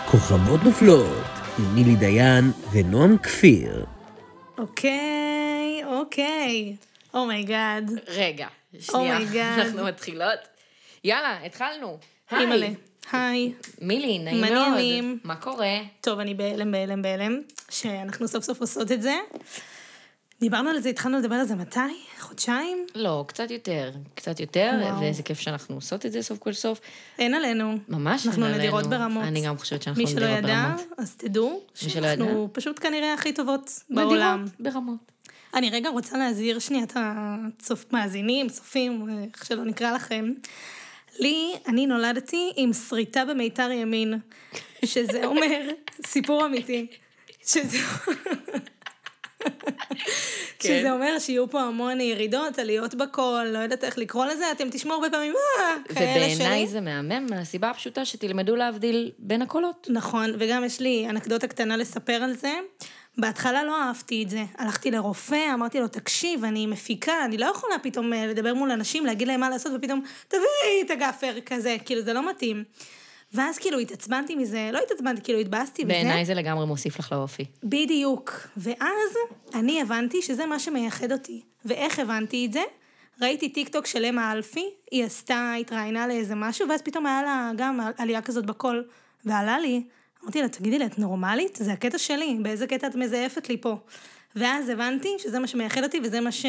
כוכבות נופלות, עם נילי דיין ונועם כפיר. אוקיי. אומייגאד. רגע, שנייה, אומייגאד. אנחנו מתחילות. יאללה, התחלנו. אימא'לה. היי. מילי, נעים מאוד. מעניינים. מה קורה? טוב, אני בהלם, שאנחנו סוף סוף עושות את זה. דיברנו על זה, התחלנו לדבר על זה מתי? חודשיים? לא, קצת יותר, וואו. ואיזה כיף שאנחנו עושות את זה סוף כל סוף. אין עלינו. ממש אנחנו אין עלינו. נדירות ברמות. אני גם חושבת שאנחנו מי שלא נדירות ידע, ברמות. אז תדעו שלא ידע? שאנחנו פשוט כנראה הכי טובות בעולם. נדירות ברמות. אני רגע רוצה להזהיר שנייה את המאזינים, צופים, איך שלא נקרא לכם. אני נולדתי עם שריטה במיתר ימין, שזה אומר סיפור אמיתי, שזה אומר שיהיו פה המון ירידות, עליות בקול, לא יודעת איך לקרוא לזה, אתם תשמעו הרבה פעמים, כאלה שלי. ובעיניי זה מהמם, מהסיבה הפשוטה שתלמדו להבדיל בין הקולות. נכון, וגם יש לי אנקדוטה קטנה לספר על זה. בהתחלה לא אהבתי את זה. הלכתי לרופא, אמרתי לו, תקשיב, אני מפיקה, אני לא יכולה פתאום לדבר מול אנשים, להגיד להם מה לעשות, ופתאום, תביאי את הגאפר כזה, כאילו זה לא מתאים. ואז כאילו התעצבנתי מזה, לא התעצבנתי, כאילו התבאסתי מזה. בעיניי זה לגמרי מוסיף לך לאופי. בדיוק. ואז אני הבנתי שזה מה שמייחד אותי. ואיך הבנתי את זה? ראיתי טיקטוק של אמה אלפי, היא התראיינה לאיזה משהו, ואז פתאום היה לה גם עלייה כזאת בקול, ועלה לי, אמרתי לה, תגידי לי, את נורמלית? זה הקטע שלי, באיזה קטע את מזייפת לי פה? ואז הבנתי שזה מה שמייחד אותי, וזה מה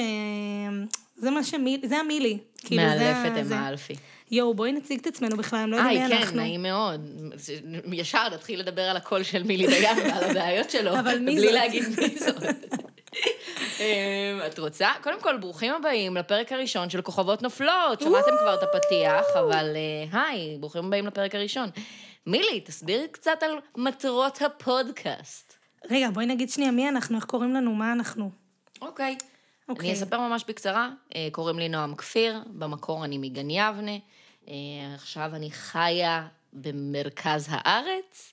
זה המילי. מאלפת אמה אלפי. יואו, בואי נציג את עצמנו בכלל, אני לא יודע מי אנחנו. כן, נעים מאוד. ישר נתחיל לדבר על הקול של מילי דיין ועל הבעיות שלו. אבל מי בלי זאת? להגיד מי זאת. את רוצה? קודם כל, ברוכים הבאים לפרק הראשון של כוכבות נופלות. שמעתם כבר את הפתיח, אבל היי, ברוכים הבאים לפרק הראשון. מילי, תסבירי קצת על מטרות הפודקאסט. רגע, בואי נגיד שנייה, מי אנחנו, איך קוראים לנו, מה אנחנו? אוקיי. אני אספר ממש בקצרה, קוראים לי נועם כפיר, במקור אני מגן יבנה, עכשיו אני חיה במרכז הארץ,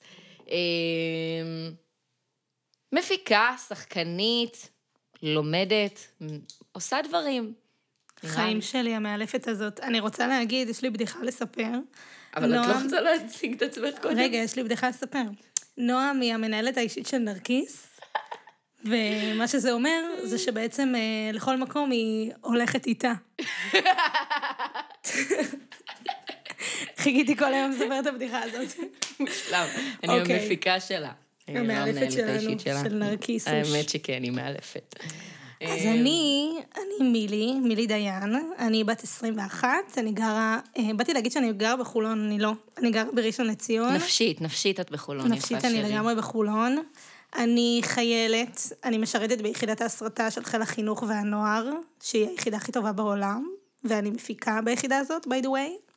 מפיקה, שחקנית, לומדת, עושה דברים. חיים שלי, המאלפת הזאת. אני רוצה להגיד, יש לי בדיחה לספר. אבל את לא רוצה להציג את עצמך קודם. רגע, יש לי בדיחה לספר. נועם היא המנהלת האישית של נרקיס, ומה שזה אומר, זה שבעצם לכל מקום היא הולכת איתה. חיכיתי כל היום לספר את הבדיחה הזאת. משלם, אני המפיקה שלה. המאלפת שלנו, של נרקיסוש. האמת שכן, היא מאלפת. אז אני מילי דיין, אני בת 21, אני גרה, באתי להגיד שאני גרה בחולון, אני לא, אני גרה בראשון לציון. נפשית את בחולון, יפה שלי. נפשית אני לגמרי בחולון. אני חיילת, אני משרתת ביחידת ההסרטה של חיל החינוך והנוער, שהיא היחידה הכי טובה בעולם, ואני מפיקה ביחידה הזאת, by the way.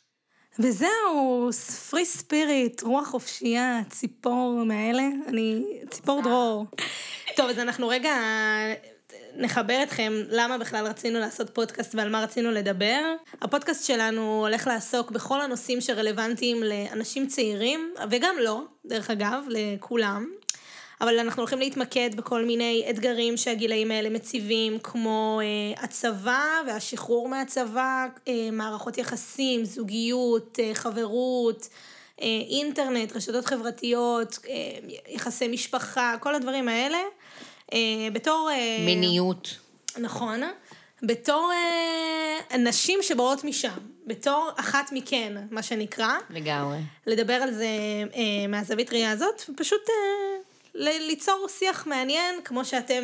וזהו, פרי ספיריט, רוח חופשייה, ציפור מאלה, אני ציפור דרור. טוב, אז אנחנו רגע נחבר אתכם למה בכלל רצינו לעשות פודקאסט ועל מה רצינו לדבר. הפודקאסט שלנו הולך לעסוק בכל הנושאים שרלוונטיים לאנשים צעירים, וגם לא, דרך אגב, לכולם. אבל אנחנו הולכים להתמקד בכל מיני אתגרים שהגילאים האלה מציבים, כמו הצבא והשחרור מהצבא, מערכות יחסים, זוגיות, חברות, אינטרנט, רשתות חברתיות, יחסי משפחה, כל הדברים האלה. בתור מיניות. נכון. בתור נשים שבאות משם, בתור אחת מכן, מה שנקרא. לגמרי. לדבר על זה מהזווית ראייה הזאת, ופשוט ליצור שיח מעניין, כמו שאתם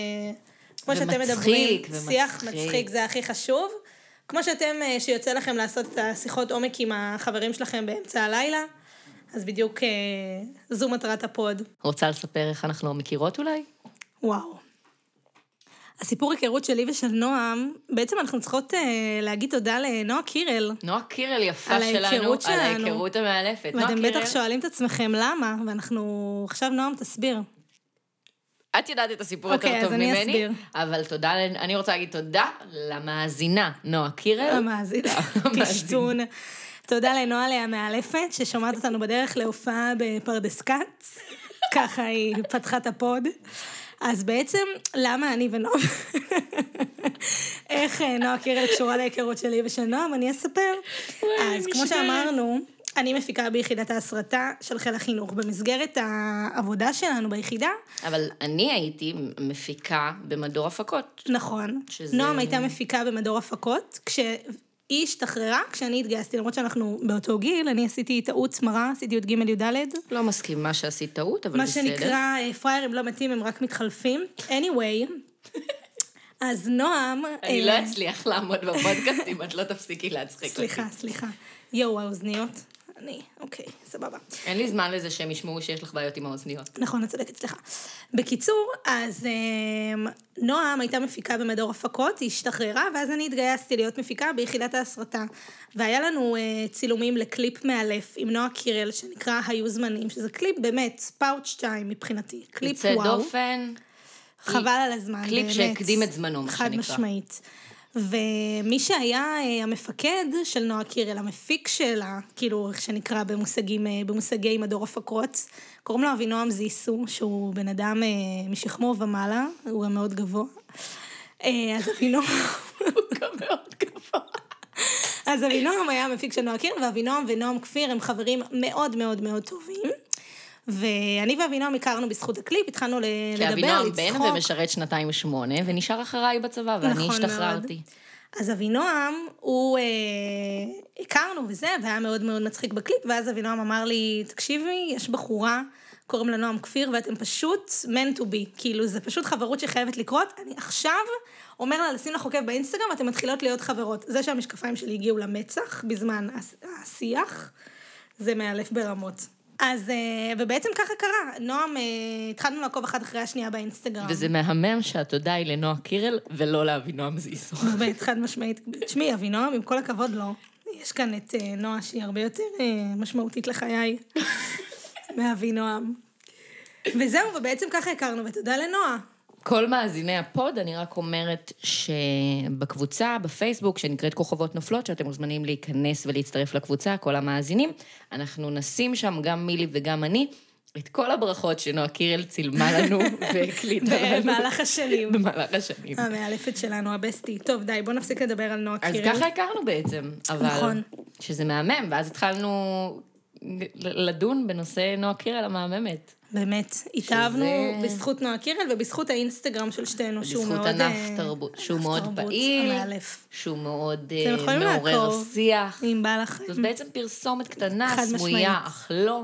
מדברים. שיח מצחיק, זה הכי חשוב. כמו שאתם, שיוצא לכם לעשות את השיחות עומק עם החברים שלכם באמצע הלילה, אז בדיוק זו מטרת הפוד. רוצה לספר איך אנחנו מכירות אולי? וואו. הסיפור היכרות שלי ושל נועם, בעצם אנחנו צריכות להגיד תודה לנועה קירל. נועה קירל יפה שלנו, על ההיכרות המאלפת. ואתם בטח שואלים את עצמכם למה, ואנחנו, עכשיו נועם תסביר. את יודעת את הסיפור יותר טוב ממני. אז אני אסביר. אבל תודה, אני רוצה להגיד תודה למאזינה, נועה קירל. המאזינה, קשטון. תודה לנועה לאה מאלפת, ששומעת אותנו בדרך להופעה בפרדס כץ. ככה היא פתחה את הפוד. אז בעצם, למה אני ונועם? איך נועה קירל קשורה להיכרות שלי ושל נועם? אני אספר. אז כמו שאמרנו, אני מפיקה ביחידת ההסרטה של חיל החינוך. במסגרת העבודה שלנו ביחידה. אבל אני הייתי מפיקה במדור הפקות. נכון. שזה... נועם הייתה מפיקה במדור הפקות, היא השתחררה כשאני התגייסתי, למרות שאנחנו באותו גיל, אני עשיתי טעות מרה, עשיתי י' ג' י' ד'. לא מסכים מה שעשית טעות, אבל מה בסדר. מה שנקרא, פריירים לא מתים, הם רק מתחלפים. anyway, אז נועם... אני לא אצליח לעמוד בפודקאסט אם את לא תפסיקי להצחיק אותי. סליחה. יואו, האוזניות. אוקיי, סבבה. אין לי זמן לזה שהם ישמעו שיש לך בעיות עם האוזניות. נכון, את צודקת, סליחה. בקיצור, אז נועם הייתה מפיקה במדור הפקות, היא השתחררה, ואז אני התגייסתי להיות מפיקה ביחידת ההסרטה. והיה לנו צילומים לקליפ מאלף עם נועה קירל, שנקרא היו זמנים, שזה קליפ באמת, פאוץ' טיים מבחינתי. קליפ וואו. יוצא דופן. חבל על הזמן, באמת. קליפ שהקדים את זמנו, מה שנקרא. חד משמעית. ומי שהיה המפקד של נועה קירל, המפיק שלה, כאילו איך שנקרא במושגי מדור הפקות, קוראים לו אבינועם זיסו, שהוא בן אדם משכמו ומעלה, הוא גם מאוד גבוה. אז אבינועם... הוא גם מאוד גבוה. אז אבינועם היה המפיק של נועה קירל, ואבינועם ונועם כפיר הם חברים מאוד מאוד מאוד טובים. ואני ואבינועם הכרנו בזכות הקליפ, התחלנו לדבר, לצחוק. כי אבינועם בן ומשרת 2.8, ונשאר אחריי בצבא, ואני השתחררתי. אז אבינועם, הוא הכרנו וזה, והיה מאוד מאוד מצחיק בקליפ, ואז אבינועם אמר לי, תקשיבי, יש בחורה, קוראים לה נועם כפיר, ואתם פשוט meant to be, כאילו זה פשוט חברות שחייבת לקרות, אני עכשיו אומר לה לשים לך עוקב באינסטגרם, ואתם מתחילות להיות חברות. זה שהמשקפיים שלי הגיעו למצח, בזמן השיח, זה מאלף ברמות. אז, ובעצם ככה קרה, נועם, התחלנו לעקוב אחת אחרי השנייה באינסטגרם. וזה מהמם שהתודה היא לנועה קירל, ולא לאבינועם זיסו. באמת, חד משמעית. תשמעי, אבינועם, עם כל הכבוד לא. יש כאן את נועה שהיא הרבה יותר משמעותית לחיי, מאבינועם. וזהו, ובעצם ככה הכרנו, ותודה לנועה. כל מאזיני הפוד, אני רק אומרת שבקבוצה, בפייסבוק, שנקראת כוכבות נופלות, שאתם מוזמנים להיכנס ולהצטרף לקבוצה, כל המאזינים, אנחנו נשים שם, גם מילי וגם אני, את כל הברכות שנועה קירל צילמה לנו והקליטה לנו. במהלך השנים. במהלך השנים. המאלפת שלנו, הבסטי. טוב, די, בוא נפסיק לדבר על נועה קירל. אז ככה הכרנו בעצם, אבל... נכון. שזה מהמם, ואז התחלנו לדון בנושא נועה קירל המהממת. באמת, התאהבנו בזכות נועה קירל ובזכות האינסטגרם של שתינו, שהוא מאוד... בזכות ענף תרבות, שהוא מאוד פעיל, שהוא מאוד מעורר שיח. אם בא לכם. זאת בעצם פרסומת קטנה, סמויה, אך לא.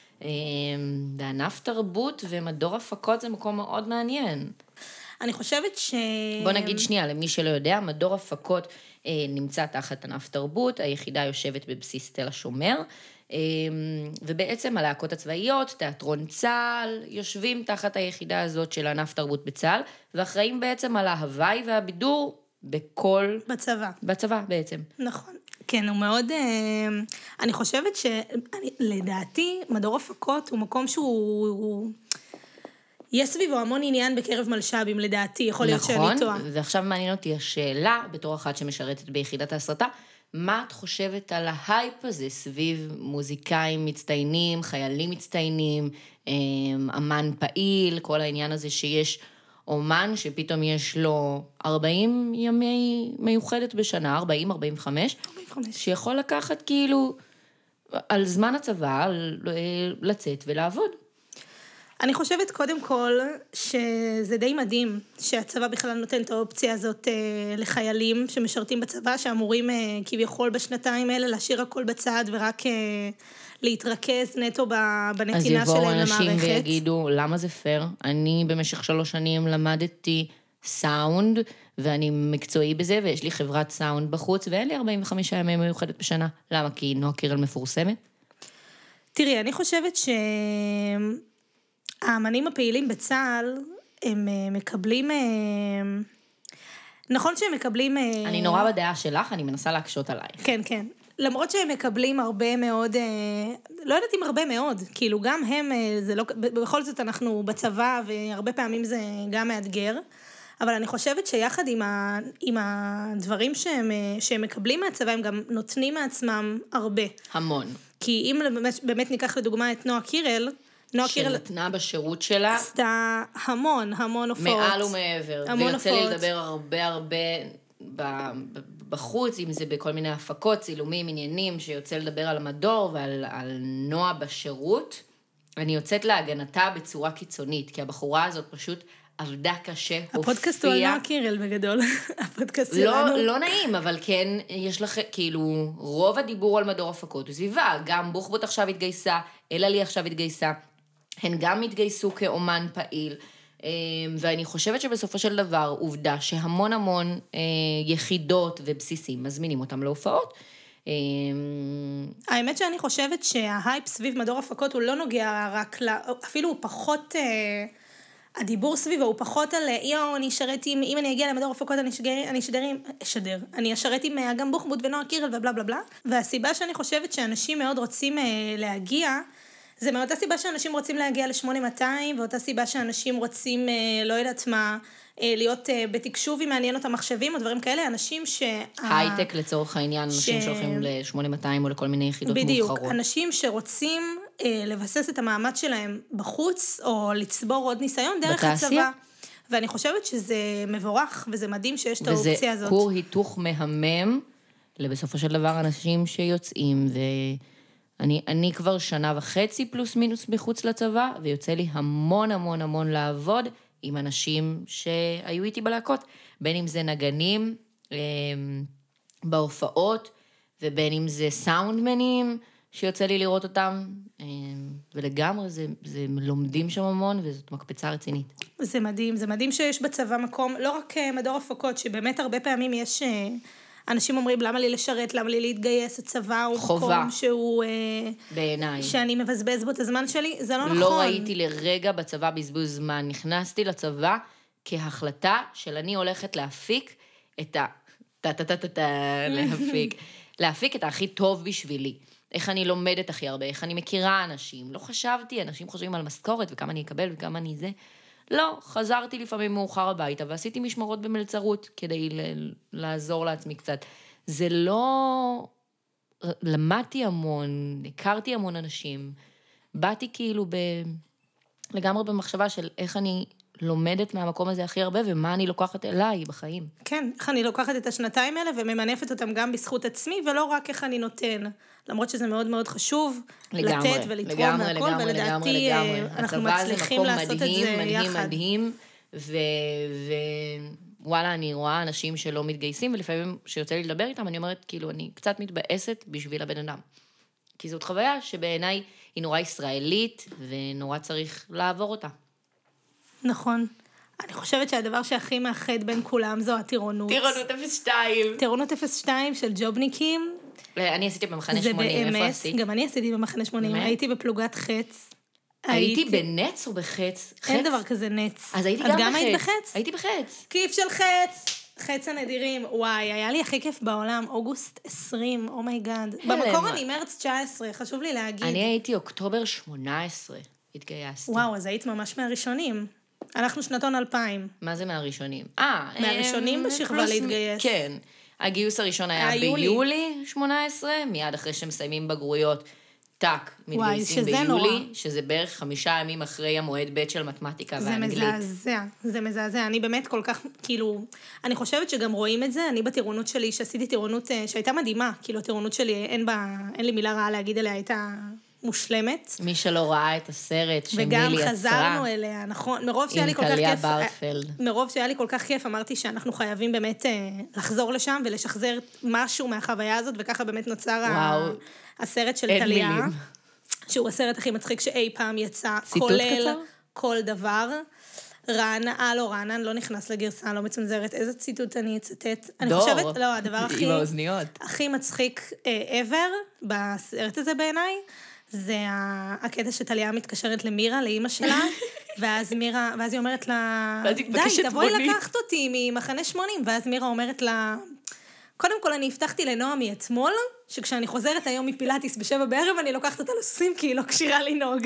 בענף תרבות ומדור הפקות זה מקום מאוד מעניין. אני חושבת בוא נגיד שנייה, למי שלא יודע, מדור הפקות נמצא תחת ענף תרבות, היחידה יושבת בבסיס תל השומר, ובעצם הלהקות הצבאיות, תיאטרון צה"ל, יושבים תחת היחידה הזאת של ענף תרבות בצה"ל, ואחראים בעצם על ההוואי והבידור בכל... בצבא בעצם. נכון. כן, הוא מאוד... אני חושבת לדעתי, מדור הפקות הוא מקום שהוא... יש סביבו המון עניין בקרב מלש"בים, לדעתי, יכול להיות שאני טועה. נכון, ועכשיו מעניין אותי השאלה, בתור אחת שמשרתת ביחידת ההסרטה, מה את חושבת על ההייפ הזה סביב מוזיקאים מצטיינים, חיילים מצטיינים, אמן פעיל, כל העניין הזה שיש אומן שפתאום יש לו 40 ימי מיוחדת בשנה, 40, 45, שיכול לקחת כאילו על זמן הצבא, לצאת ולעבוד. אני חושבת קודם כל שזה די מדהים שהצבא בכלל נותן את האופציה הזאת לחיילים שמשרתים בצבא, שאמורים כביכול בשנתיים האלה להשאיר הכל בצד ורק להתרכז נטו בנתינה שלהם למערכת. אז יבואו אנשים ויגידו, למה זה פייר? אני במשך 3 שנים למדתי סאונד, ואני מקצועי בזה, ויש לי חברת סאונד בחוץ, ואין לי 45 ימים מיוחדת בשנה. למה? כי נועה קירל מפורסמת? תראי, אני חושבת האמנים הפעילים בצה"ל, הם מקבלים... נכון שהם מקבלים... אני נורא בדעה שלך, אני מנסה להקשות עליי. כן, כן. למרות שהם מקבלים הרבה מאוד... לא יודעת אם הרבה מאוד, כאילו גם הם, זה לא... בכל זאת אנחנו בצבא, והרבה פעמים זה גם מאתגר, אבל אני חושבת שיחד עם הדברים שהם מקבלים מהצבא, הם גם נותנים מעצמם הרבה. המון. כי אם באמת ניקח לדוגמה את נועה קירל, שנתנה בשירות שלה. עשתה המון הופעות. מעל ומעבר. ויוצא לי לדבר הרבה בחוץ, אם זה בכל מיני הפקות, צילומים, עניינים, שיוצא לדבר על המדור ועל נועה בשירות, אני יוצאת להגנתה בצורה קיצונית, כי הבחורה הזאת פשוט עבדה קשה, הופיעה. הפודקאסט הוא על נועה קירל בגדול. הפודקאסט שלנו. לא נעים, אבל כן, יש לך, כאילו, רוב הדיבור על מדור הפקות הוא סביבה. גם בוחבוט עכשיו התגייסה, אלעלי עכשיו התגייסה. הן גם התגייסו כאומן פעיל. ואני חושבת שבסופו של דבר, עובדה שהמון המון יחידות ובסיסים מזמינים אותם להופעות. האמת שאני חושבת שההייפ סביב מדור הפקות הוא לא נוגע רק אפילו הוא פחות, הדיבור סביבו הוא פחות על, אני אשרת אם אני אגיע למדור הפקות, אני אשרת עם אגם בוחבוט ונועה קירל ובלה בלה בלה. והסיבה שאני חושבת שאנשים מאוד רוצים להגיע, זה מאותה סיבה שאנשים רוצים להגיע ל-8200, ואותה סיבה שאנשים רוצים, לא יודעת מה, להיות בתקשוב אם מעניין אותם מחשבים או דברים כאלה, אנשים הייטק לצורך העניין, אנשים שהולכים ל-8200 או לכל מיני יחידות מובחרות. בדיוק, אנשים שרוצים לבסס את המעמד שלהם בחוץ, או לצבור עוד ניסיון דרך הצבא. ואני חושבת שזה מבורך, וזה מדהים שיש את האופציה הזאת. וזה כור היתוך מהמם, לבסופו של דבר אנשים שיוצאים אני כבר 1.5 שנה פלוס מינוס מחוץ לצבא, ויוצא לי המון המון המון לעבוד עם אנשים שהיו איתי בלהקות, בין אם זה נגנים בהופעות, ובין אם זה סאונדמנים שיוצא לי לראות אותם, ולגמרי זה לומדים שם המון, וזאת מקפצה רצינית. זה מדהים, זה מדהים שיש בצבא מקום, לא רק מדור הפקות, שבאמת הרבה פעמים יש אנשים אומרים, למה לי לשרת, למה לי להתגייס, הצבא הוא מקום שהוא בעיניי. שאני מבזבז בו את הזמן שלי, זה לא נכון. לא ראיתי לרגע בצבא בזבוז זמן, נכנסתי לצבא כהחלטה של אני הולכת להפיק את להפיק את הכי טוב בשבילי. איך אני לומדת הכי הרבה, איך אני מכירה אנשים. לא חשבתי, אנשים חושבים על משכורת וכמה אני אקבל וכמה אני זה. לא, חזרתי לפעמים מאוחר הביתה, ועשיתי משמרות במלצרות כדי לעזור לעצמי קצת. זה לא... למדתי המון, הכרתי המון אנשים, באתי כאילו לגמרי במחשבה של איך אני לומדת מהמקום הזה הכי הרבה, ומה אני לוקחת אליי בחיים. כן, איך אני לוקחת את השנתיים האלה, וממנפת אותם גם בזכות עצמי, ולא רק איך אני נותן. למרות שזה מאוד מאוד חשוב, לתת ולתרום מהכל, ולדעתי אנחנו מצליחים לעשות את זה יחד. מדהים, ווואלה, אני רואה אנשים שלא מתגייסים, ולפעמים שיוצא לי לדבר איתם, אני אומרת, כאילו, אני קצת מתבאסת בשביל הבן אדם. כי זאת חוויה שבעיניי היא נורא ישראלית, ונורא צריך לעבור אותה. נכון. אני חושבת שהדבר שהכי מאחד בין כולם זו הטירונות. טירונות 02. טירונות 02 של ג'ובניקים. אני עשיתי במחנה 80, איפה עשית? גם אני עשיתי במחנה 80, הייתי בפלוגת חץ. הייתי בנץ או בחץ? אין דבר כזה נץ. אז הייתי גם בחץ. הייתי בחץ. כיף של חץ. חץ הנדירים. וואי, היה לי הכי כיף בעולם. אוגוסט 20, אומייגאד. במקור אני מרץ 19, חשוב לי להגיד. אני הייתי אוקטובר 18, התגייסתי. וואו, אז היית ממש מהראשונים. אנחנו שנתון 2000. מה זה מהראשונים? מהראשונים בשכבה להתגייס. כן. הגיוס הראשון היה ביולי 18, מיד אחרי שמסיימים בגרויות, טק, מתגייסים ביולי, שזה בערך 5 ימים אחרי המועד ב' של מתמטיקה ואנגלית. זה מזעזע. אני באמת כל כך, כאילו, אני חושבת שגם רואים את זה, אני בטירונות שלי, שעשיתי טירונות שהייתה מדהימה, כאילו הטירונות שלי, אין לי מילה רעה להגיד עליה, הייתה מושלמת. מי שלא ראה את הסרט שמילי יצרה. וגם חזרנו אליה, נכון, מרוב שהיה לי כל כך כיף, מרוב שהיה לי כל כך כיף, אמרתי שאנחנו חייבים באמת לחזור לשם ולשחזר משהו מהחוויה הזאת, וככה באמת נוצר הסרט של טליה, שהוא הסרט הכי מצחיק שאי פעם יצא, כולל כל דבר. רענן לא נכנס לגרסה, לא מצונזרת, איזה ציטוט אני אצטט? אני חושבת, לא, הדבר הכי מצחיק ever בסרט הזה בעיניי, זה הקטע שטליה מתקשרת למירה, לאמא שלה, ואז היא אומרת לה, די, תבואי לקחת אותי ממחנה 80, ואז מירה אומרת לה, קודם כל אני הבטחתי לנועה מאתמול, שכשאני חוזרת היום מפילאטיס ב7 בערב, אני לוקחת אותה לסוסים, כי היא לא קשירה לנהוג.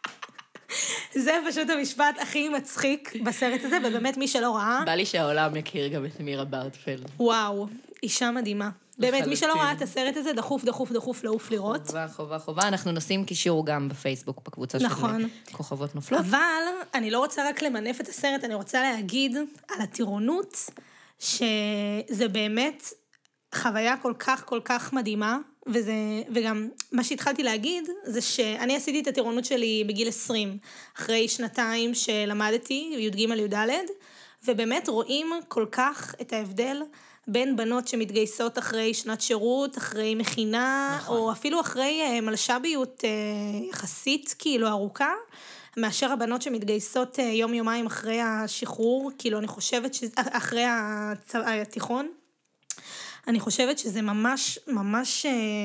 זה פשוט המשפט הכי מצחיק בסרט הזה, ובאמת מי שלא ראה... בא לי שהעולם יכיר גם את מירה ברטפלד. וואו, אישה מדהימה. באמת, מי שלא ראה את הסרט הזה, דחוף לעוף לראות. חובה. אנחנו נשים קישור גם בפייסבוק, בקבוצה של כוכבות נופלות. אבל אני לא רוצה רק למנף את הסרט, אני רוצה להגיד על הטירונות, שזה באמת חוויה כל כך כל כך מדהימה, וגם מה שהתחלתי להגיד, זה שאני עשיתי את הטירונות שלי בגיל 20, אחרי שנתיים שלמדתי, י"ג י"ד, ובאמת רואים כל כך את ההבדל בין בנות שמתגייסות אחרי שנת שירות, אחרי מכינה, נכון. או אפילו אחרי מלשביות יחסית כאילו ארוכה, מאשר הבנות שמתגייסות יום-יומיים אחרי השחרור, כאילו אני חושבת אחרי התיכון, אני חושבת שזה ממש, ממש,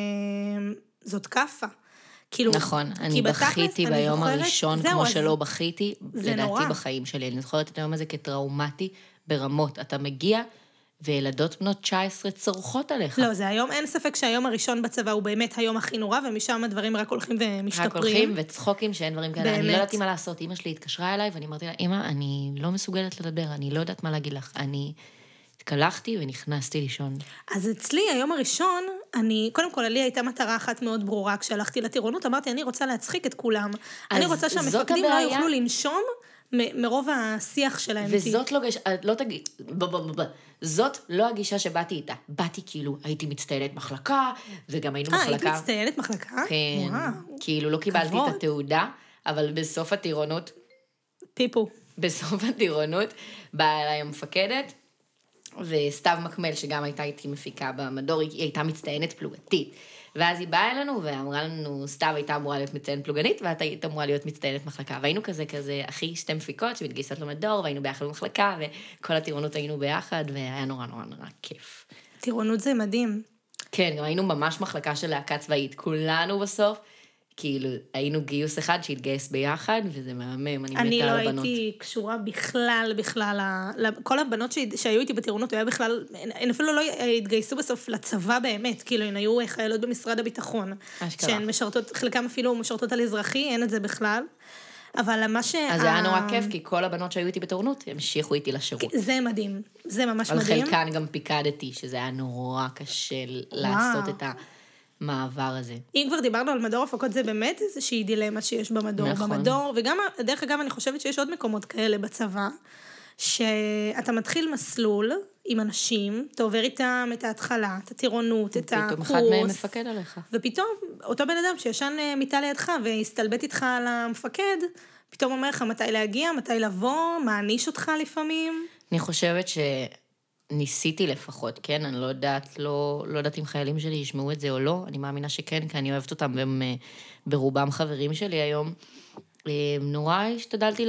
זאת קפה. כאילו, נכון, אני בכיתי ביום הראשון, כמו שלא בכיתי, לדעתי בחיים שלי. אני זוכרת את היום הזה כטראומטי ברמות. אתה מגיע, וילדות בנות 19 צורכות עליך. לא, זה היום, אין ספק שהיום הראשון בצבא הוא באמת היום הכי נורא, ומשם הדברים רק הולכים ומשתפרים. רק הולכים וצחוקים שאין דברים כאלה. אני לא יודעת מה לעשות. אמא שלי התקשרה אליי, ואני אמרתי לה, אמא, אני לא מסוגלת לדבר, אני לא יודעת מה להגיד לך. אני התקלחתי ונכנסתי לישון. אז אצלי, היום הראשון, קודם כל, לי הייתה מטרה אחת מאוד ברורה, כשהלכתי לטירונות, אמרתי, אני רוצה להצחיק את כולם. אני רוצה שהמפקדים לא יוכלו לנשום מרוב השיח שלהם. וזאת לא תגיד, זאת לא הגישה שבאתי איתה. באתי כאילו, הייתי מצטיינת מחלקה, וגם היינו מחלקה. היית מצטיינת מחלקה? כן, כאילו לא קיבלתי את התעודה, אבל בסוף הטירונות, בסוף הטירונות, באה אליי המפקדת, וסתיו מקמל, שגם הייתה איתי מפיקה במדור, היא הייתה מצטיינת פלוגתית. ואז היא באה אלינו ואמרה לנו, סתיו הייתה אמורה להיות מצטיינת פלוגנית, ואת היית אמורה להיות מצטיינת מחלקה. והיינו כזה, אחי שתי מפיקות שמתגייסות למדור, והיינו ביחד במחלקה, וכל הטירונות היינו ביחד, והיה נורא נורא נורא כיף. טירונות זה מדהים. כן, גם היינו ממש מחלקה של להקה צבאית. כולנו בסוף, כאילו, היינו גיוס אחד שהתגייס ביחד, וזה מהמם, אני מתה על הבנות. אני לא הייתי קשורה בכלל, כל הבנות שהיו איתי בטירונות, היה בכלל, הן אפילו לא התגייסו בסוף לצבא באמת, כאילו, הן היו חיילות במשרד הביטחון, שהן משרתות, חלקם אפילו משרתות על אזרחי, אין את זה בכלל. אבל מה אז זה היה נורא כיף, כי כל הבנות שהיו איתי בטירונות, המשיכו איתי לשירות. זה מדהים, זה ממש מדהים. על חלקן גם פיקדתי, שזה היה נורא קשה לעשות את המעבר הזה. אם כבר דיברנו על מדור הפקות, זה באמת איזושהי דילמה שיש במדור. נכון. במדור, וגם, דרך אגב, אני חושבת שיש עוד מקומות כאלה בצבא, שאתה מתחיל מסלול עם אנשים, אתה עובר איתם את ההתחלה, את הטירונות, את הקורס. פתאום אחד מהם מפקד עליך. ופתאום, אותו בן אדם שישן מיטה לידך, והסתלבט איתך על המפקד, פתאום אומר לך מתי להגיע, מתי לבוא, מעניש אותך לפעמים. אני חושבת ניסיתי לפחות, כן? אני לא יודעת אם חיילים שלי ישמעו את זה או לא, אני מאמינה שכן, כי אני אוהבת אותם, והם ברובם חברים שלי היום. נורא השתדלתי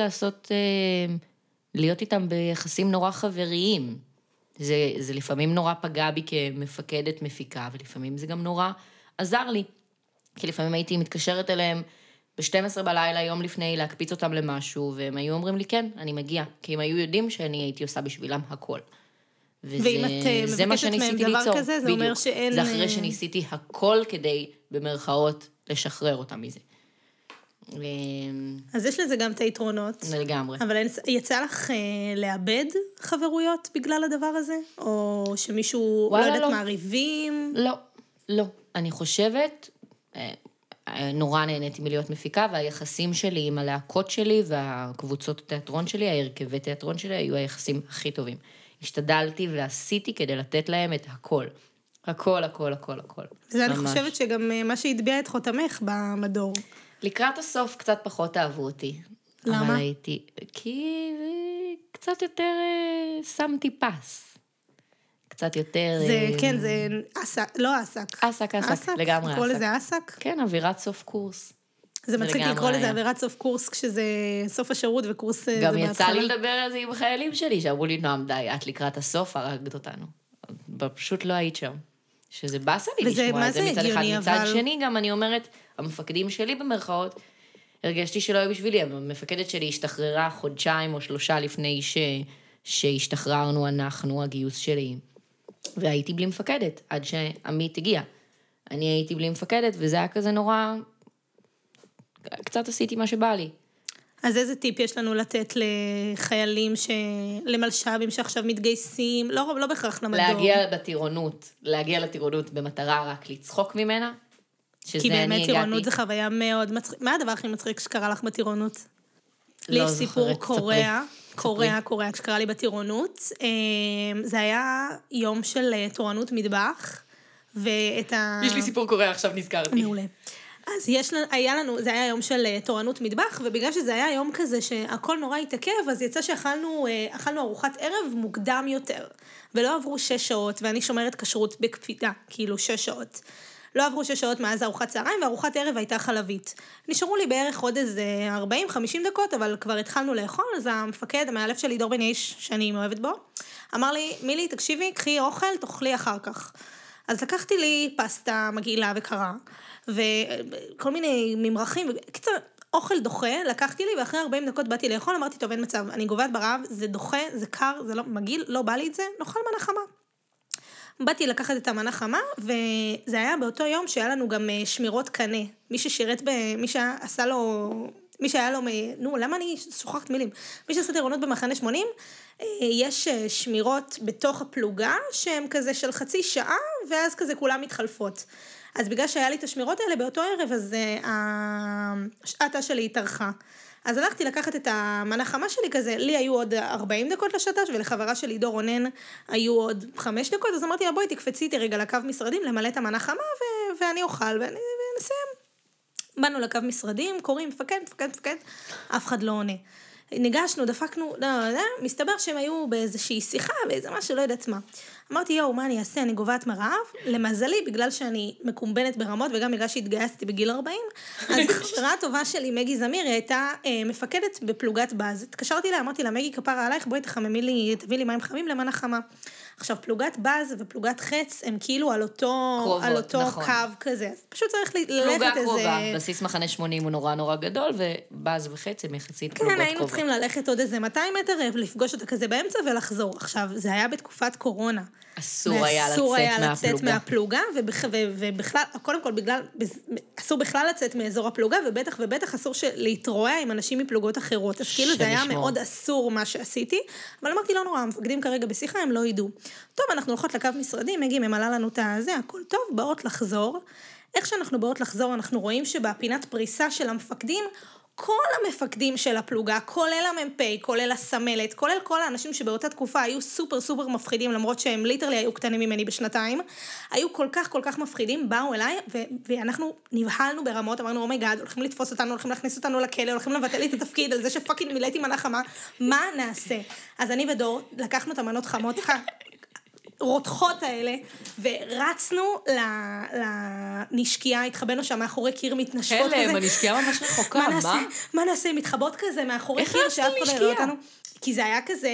להיות איתם ביחסים נורא חבריים. זה לפעמים נורא פגע בי כמפקדת מפיקה, ולפעמים זה גם נורא עזר לי. כי לפעמים הייתי מתקשרת אליהם ב-12 בלילה, יום לפני, להקפיץ אותם למשהו, והם היו אומרים לי, כן, אני מגיע. כי הם היו יודעים שאני הייתי עושה בשבילם הכל. ואם את מבקשת מהם דבר כזה, זה אומר שאין... זה אחרי שניסיתי הכל כדי, במרכאות, לשחרר אותם מזה. אז יש לזה גם את היתרונות. לגמרי. אבל יצא לך לאבד חברויות בגלל הדבר הזה? או שמישהו, לא יודעת, מעריבים? לא. אני חושבת, נורא נהניתי מלהיות מפיקה, והיחסים שלי עם הלהקות שלי, והקבוצות התיאטרון שלי, ההרכבי תיאטרון שלי, היו היחסים הכי טובים. השתדלתי ועשיתי כדי לתת להם את הכל. הכל. זה אני חושבת שגם מה שהטביע את חותמך במדור. לקראת הסוף קצת פחות אהבו אותי. למה? אבל כי קצת יותר שמתי פס. קצת יותר... כן, זה לא עסק. עסק, לגמרי עסק. לקרוא לזה עסק? כן, אווירת סוף קורס. זה מצחיק לקרוא לזה אווירת סוף קורס, כשזה סוף השירות וקורס זה גם בהתחלה. יצא לי לדבר על זה עם החיילים שלי, שאמרו לי, נועם, די, את לקראת הסוף, הרגת אותנו. פשוט לא היית שם. שזה באסה לי לשמוע את זה מצד אחד. מצד שני, גם אני אומרת, המפקדים שלי במרכאות, הרגשתי שלא היו בשבילי, המפקדת שלי השתחררה חודשיים או 3 לפני שהשתחררנו אנחנו, הגיוס שלי, והייתי בלי מפקדת, עד שעמית הגיע. אני הייתי בלי מפקדת, וזה היה כזה נורא, קצת עשיתי מה שבא לי. אז איזה טיפ יש לנו לתת לחיילים, למלש"בים שעכשיו מתגייסים, לא בהכרח למדור? להגיע לטירונות במטרה רק לצחוק ממנה, כי באמת טירונות זה חוויה מאוד מצחיק. מה הדבר הכי מצחיק שקרה לך בטירונות? לי יש סיפור קורע. קורע שקרה לי בטירונות. זה היה יום של תורנות מטבח, יש לי סיפור קורע, עכשיו נזכרתי. מעולה. אז זה היה יום של תורנות מטבח, ובגלל שזה היה יום כזה שהכל נורא התעכב, אז יצא שאכלנו ארוחת ערב מוקדם יותר, ולא עברו 6 שעות, ואני שומרת כשרות בקפידה, כאילו 6 שעות. לא עברו 6 שעות מאז ארוחת צהריים, וארוחת ערב הייתה חלבית. נשארו לי בערך עוד איזה 40-50 דקות, אבל כבר התחלנו לאכול, אז המפקד, המאלף שלי, דור בן איש, שאני מאוהבת בו, אמר לי, מילי, תקשיבי, קחי אוכל, תאכלי אחר כך. אז לקחתי לי פסטה, מגעילה וקרה, וכל מיני ממרחים, קיצר, אוכל דוחה, לקחתי לי, ואחרי 40 דקות באתי לאכול, אמרתי, טוב, אין מצב, אני גובעת ברעב, זה דוחה, זה קר, זה לא מגעיל, לא בא לי את זה, נאכל מנה חמה. באתי לקחת את המנה חמה, וזה היה באותו יום שהיה לנו גם שמירות קנה. מי שהיה לו, למה אני שוכחת מילים? מי שעשה טירונות במחנה 80, יש שמירות בתוך הפלוגה, שהן כזה של חצי שעה, ואז כזה כולם מתחלפות. אז בגלל שהיה לי את השמירות האלה באותו ערב, אז השעתה שלי התארכה. אז הלכתי לקחת את המנה חמה שלי כזה, לי היו עוד 40 דקות לשטש, ולחברה שלי דור רונן היו עוד 5 דקות, אז אמרתי לה, בואי תקפצי איתי רגע לקו משרדים, למלא את המנה חמה, ואני אוכל, ונסיים. באנו לקו משרדים, קוראים, מפקד, אף אחד לא עונה. ניגשנו, דפקנו, מסתבר שהם היו באיזושהי שיחה, באיזה משהו, לא יודעת מה. אמרתי, מה אני אעשה? אני גובעת מרעב. למזלי, בגלל שאני מקומבנת ברמות, וגם בגלל שהתגייסתי בגיל 40, אז חברה הטובה שלי, מגי זמיר, היא הייתה מפקדת בפלוגת באז. התקשרתי לה, אמרתי לה, מגי, כפרה עלייך, בואי תביא לי מים חמים למנה חמה. עכשיו, פלוגת באז ופלוגת חץ, הם כאילו על אותו קו כזה. אז פשוט צריך ללכת איזה... פלוגה קרובה, בסיס מחנה 80 הוא נורא גדול, ובאז וחץ הם יחסית פלוגות קרובה. כן, היינו צריכים ללכת עוד איזה 200 מטר, לפגוש אותה כזה באמצע ולחזור. עכשיו, זה היה בתקופת קורונה. אסור היה לצאת מהפלוגה, ובכלל, קודם כל, אסור בכלל לצאת מאזור הפלוגה, ובטח אסור להתרועע עם אנשים מפלוגות אחרות. אז כאילו זה היה מאוד אסור מה שעשיתי, אבל אמרתי, לא נורא, המפקדים כרגע בשיחה, הם לא ידעו. טוב, אנחנו הולכות לקו משרדים, מגי ממלא לנו את הזה, הכל טוב, באות לחזור. איך שאנחנו באות לחזור, אנחנו רואים שבפינת פריסה של המפקדים, כל המפקדים של הפלוגה, כולל המ"פ, כולל הסמלת, כולל כל האנשים שבאותה תקופה היו סופר מפחידים, למרות שהם ליטרלי היו קטנים ממני בשנתיים, היו כל כך מפחידים, באו אליי, ואנחנו נבהלנו ברמות, אמרנו, אומייגאד, הולכים לתפוס אותנו, הולכים להכניס אותנו לכלא, הולכים לבטל לי את התפקיד, על זה שפאקינג מילאתי מנה חמה, מה נעשה? אז אני ודור, לקחנו את המנות חמות, רותחות האלה, ורצנו לנשקייה, התחבאנו שם מאחורי קיר מתנשפות כזה. חלם, הנשקייה ממש רחוקה, מה נעשה? מתחבות כזה מאחורי קיר שאף אחד לא יראה אותנו. כי זה היה כזה...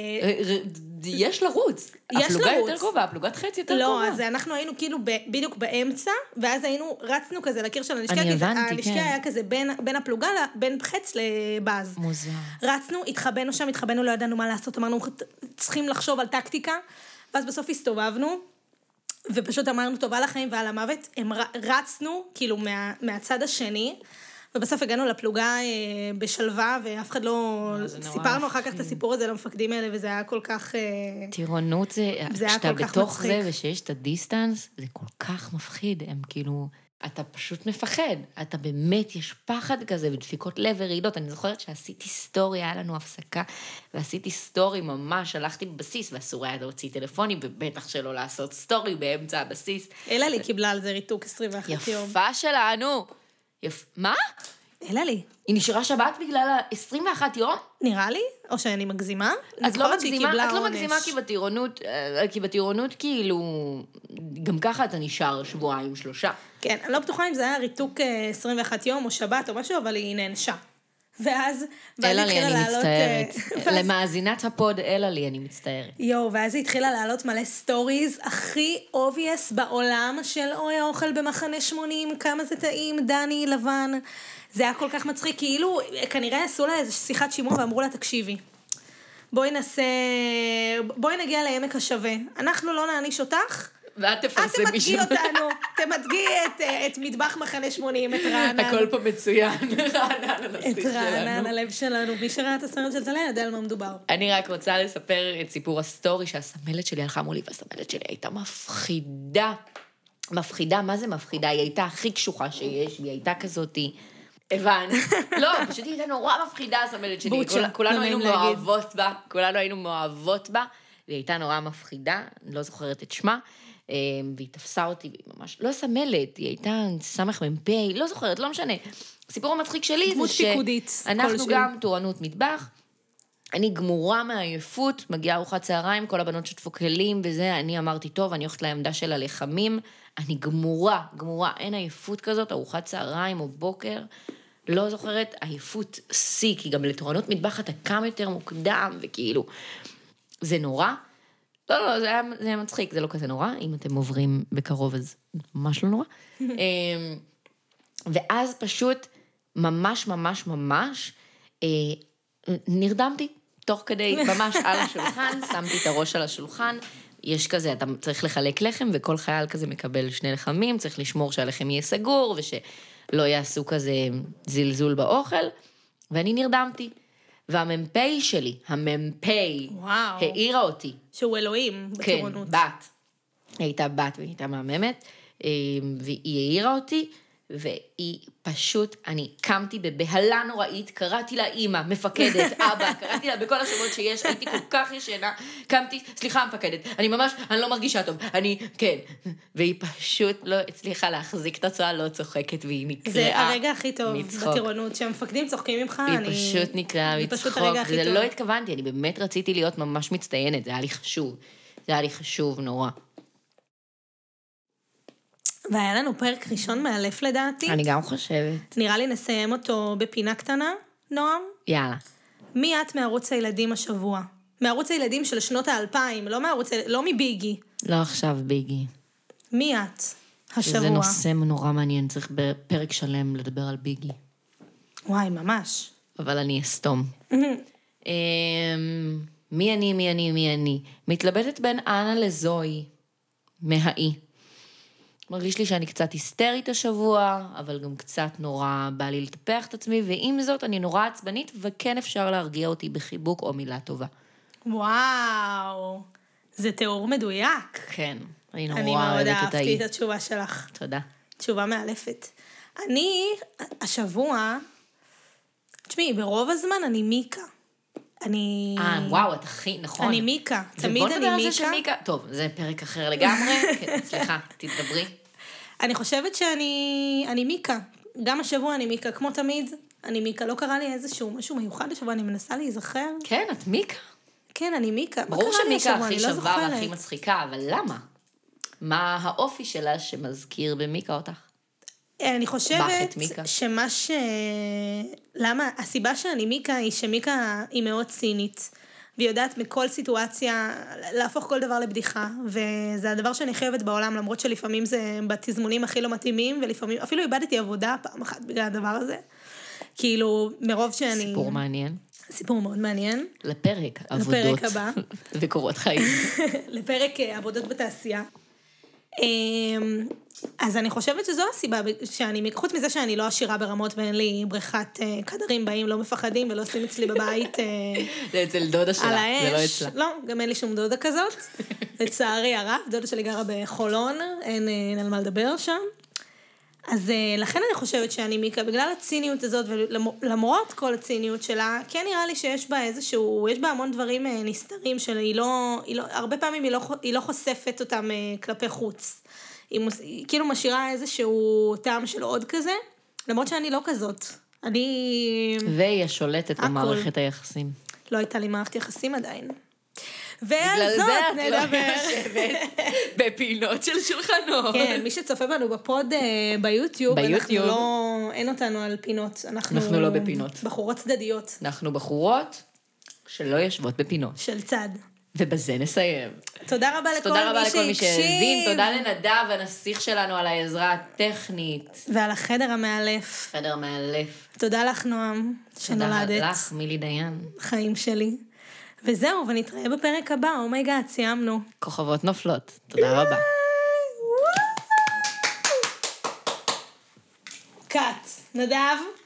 יש לרוץ. הפלוגה יותר קרובה, הפלוגת חץ יותר קרובה. לא, אז אנחנו היינו כאילו בדיוק באמצע, ואז רצנו כזה לקיר של הנשקייה, כי הנשקייה היה כזה בין הפלוגה, בין חץ לבאז. מוזר. רצנו, התחבאנו, לא ידענו מה לעשות, אמרנו, צריכים לחשוב על טקטיקה, ואז בסוף הסתובבנו, ופשוט אמרנו טובה לחיים ועל המוות, רצנו כאילו מהצד השני, ובסוף הגענו לפלוגה בשלווה, ואף אחד לא... סיפרנו אחר כך את הסיפור הזה למפקדים האלה, וזה היה כל כך... טירונות זה... שאתה בתוך זה ושיש את הדיסטנס, זה כל כך מפחיד, הם כאילו... אתה פשוט מפחד, אתה באמת, יש פחד כזה, ודפיקות לב ורעידות. אני זוכרת שעשיתי סטורי, היה לנו הפסקה, ועשיתי סטורי ממש, הלכתי בבסיס, ואסור היה להוציא טלפונים, ובטח שלא לעשות סטורי באמצע הבסיס. אלה לי קיבלה על זה ריתוק 21 יום. יפה שלנו. מה? אלה לי. היא נשארה שבת בגלל 21 יום? נראה לי, או שאני מגזימה. את לא מגזימה כי בטירונות כאילו, גם ככה אתה נשאר 2-3 שבועות. כן, אני לא בטוחה אם זה היה ריתוק 21 יום או שבת או משהו, אבל היא נענשה. ואז אלה לי, אני מצטערת. למאזינת הפוד, אלה לי, אני מצטערת. ואז היא התחילה לעלות מלא סטוריז הכי obvious בעולם של אוי, האוכל במחנה 80, כמה זה טעים, דני, לבן. זה היה כל כך מצחיק, כאילו, כנראה עשו לה איזו שיחת שימוע ואמרו לה, תקשיבי, בואי נגיע לעמק השווה. אנחנו לא נעניש אותך, ואת תפרסמי את תמדגי אותנו, תמדגי את מטבח מחנה 80, את רענן. הכל פה מצוין, את רענן, הלב שלנו. מי שראה את הסרט של טליה יודע על מה מדובר. אני רק רוצה לספר את סיפור הסטורי, שהסמלת שלי הלכה מולי, והסמלת שלי הייתה מפחידה. מה זה מפחידה? היא הייתה הכי קשוחה שיש, והיא הייתה כזאת, הבנת. לא, פשוט היא הייתה נורא מפחידה, הסמלת שלי. בוצ'ה, כולנו לא היינו נעים להגיד. מאוהבות בה, כולנו היינו מאוהבות בה, והיא הייתה נורא מפחידה, אני לא זוכרת את שמה, והיא תפסה אותי, והיא ממש לא סמלת, היא הייתה סמך מ"פ, לא זוכרת, לא משנה. הסיפור המצחיק שלי דמות זה פיקודית שאנחנו כלשהי. גם תורנות מטבח, אני גמורה מהעייפות, מגיעה ארוחת צהריים, כל הבנות שטפו כלים וזה, אני אמרתי, טוב, אני הולכת לעמדה של הלחמים, אני גמורה, אין עייפות כזאת, ארוחת צהריים או בוקר, לא זוכרת, עייפות שיא, כי גם לתורנות מטבח אתה קם יותר מוקדם, וכאילו, זה נורא. לא, זה היה מצחיק, זה לא כזה נורא, אם אתם עוברים בקרוב, אז ממש לא נורא. ואז פשוט, ממש, נרדמתי, תוך כדי, ממש על השולחן, שמתי את הראש על השולחן, יש כזה, אתה צריך לחלק לחם, וכל חייל כזה מקבל 2 לחמים, צריך לשמור שהלחם יהיה סגור, ושלא יעשו כזה זלזול באוכל, ואני נרדמתי. והמ"פ שלי, וואו. העירה אותי. שהוא אלוהים כן, בטירונות. בת. היא הייתה בת והיא הייתה מהממת, והיא העירה אותי, והיא פשוט, אני קמתי בבהלה נוראית, קראתי לה אמא, מפקדת, אבא, קראתי לה בכל השמות שיש, הייתי כל כך ישנה, קמתי, סליחה מפקדת, אני לא מרגישה טוב, כן, והיא פשוט לא הצליחה להחזיק את הצועה, לא צוחקת, והיא נקראה זה הרגע הכי טוב מצחוק. בטירונות, שהמפקדים צוחקים ממך, היא פשוט נקראה זה פשוט מצחוק, הרגע הכי זה טוב. לא התכוונתי, אני באמת רציתי להיות ממש מצטיינת, זה היה לי חשוב נורא. והיה לנו פרק ראשון מאלף לדעתי. אני גם חושבת. נראה לי נסיים אותו בפינה קטנה, נועם. יאללה. מי את מערוץ הילדים השבוע? מערוץ הילדים של שנות ה-2000, לא מביגי. לא עכשיו ביגי. מי את השבוע? זה נושא נורא מעניין, צריך בפרק שלם לדבר על ביגי. וואי, ממש. אבל אני אסתום. מי אני? מתלבטת בין אנה לזוי, מהאי. מרגיש לי שאני קצת היסטרית השבוע, אבל גם קצת נורא בא לי לטפח את עצמי, ועם זאת אני נורא עצבנית, וכן אפשר להרגיע אותי בחיבוק או מילה טובה. וואו, זה תיאור מדויק. כן, אני נורא אני מאוד אוהבת את אהבתי האי. את התשובה שלך. תודה. תשובה מאלפת. אני, השבוע, תשמעי, ברוב הזמן אני מיקה. וואו, את הכי, נכון. אני מיקה, תמיד ובוא אני נדבר על זה מיקה. שמיקה, טוב, זה פרק אחר לגמרי, כן, סליחה, תדברי. אני חושבת שאני מיקה. גם השבוע אני מיקה, כמו תמיד, אני מיקה. לא קרה לי איזשהו משהו מיוחד השבוע, אני מנסה להיזכר. כן, את מיקה. כן, אני מיקה. מה ברור קרה לי שמיקה השבוע? הכי אני לא שווה והכי זוכרת. מצחיקה, אבל למה? מה האופי שלה שמזכיר במיקה אותך? אני בח חושבת את מיקה. למה? הסיבה שאני מיקה היא שמיקה היא מאוד צינית, והיא יודעת מכל סיטואציה להפוך כל דבר לבדיחה, וזה הדבר שאני חייבת בעולם, למרות שלפעמים זה בתזמונים הכי לא מתאימים, ולפעמים אפילו איבדתי עבודה פעם אחת בגלל הדבר הזה. כאילו, מרוב שאני... סיפור מעניין. סיפור מאוד מעניין. לפרק עבודות. לפרק הבא. וקורות חיים. לפרק עבודות בתעשייה. אז אני חושבת שזו הסיבה שאני, חוץ מזה שאני לא עשירה ברמות ואין לי בריכת קדרים באים, לא מפחדים ולא עושים אצלי בבית זה אצל דודה שלה, על זה לא האש. אצלה. לא, גם אין לי שום דודה כזאת. לצערי הרב, דודה שלי גרה בחולון, אין על מה לדבר שם. אז לכן אני חושבת שאני מיקה, בגלל הציניות הזאת, ולמרות כל הציניות שלה, כן נראה לי שיש בה איזשהו, יש בה המון דברים נסתרים שהיא לא, הרבה פעמים היא לא חושפת אותם כלפי חוץ. היא כאילו משאירה איזשהו טעם של עוד כזה, למרות שאני לא כזאת. והיא השולטת במערכת היחסים. לא הייתה לי מערכת יחסים עדיין. ועל בגלל זאת זה את לא נדבר. יושבת בפינות של שולחנות. כן, מי שצופה בנו בפוד ביוטיוב, אנחנו לא, אין אותנו על פינות. אנחנו לא בפינות. בחורות צדדיות. אנחנו בחורות שלא יושבות בפינות. של צד. ובזה נסיים. תודה רבה לכל מי שהקשיב. תודה לנדב, הנסיך שלנו, על העזרה הטכנית. ועל החדר המאלף. חדר מאלף. תודה לך, נועם, שנולדת. תודה לך, מילי דיין. חיים שלי. וזהו, ונתראה בפרק הבא. אומייגאד, סיימנו. כוכבות נופלות. תודה רבה. קאט. נדב?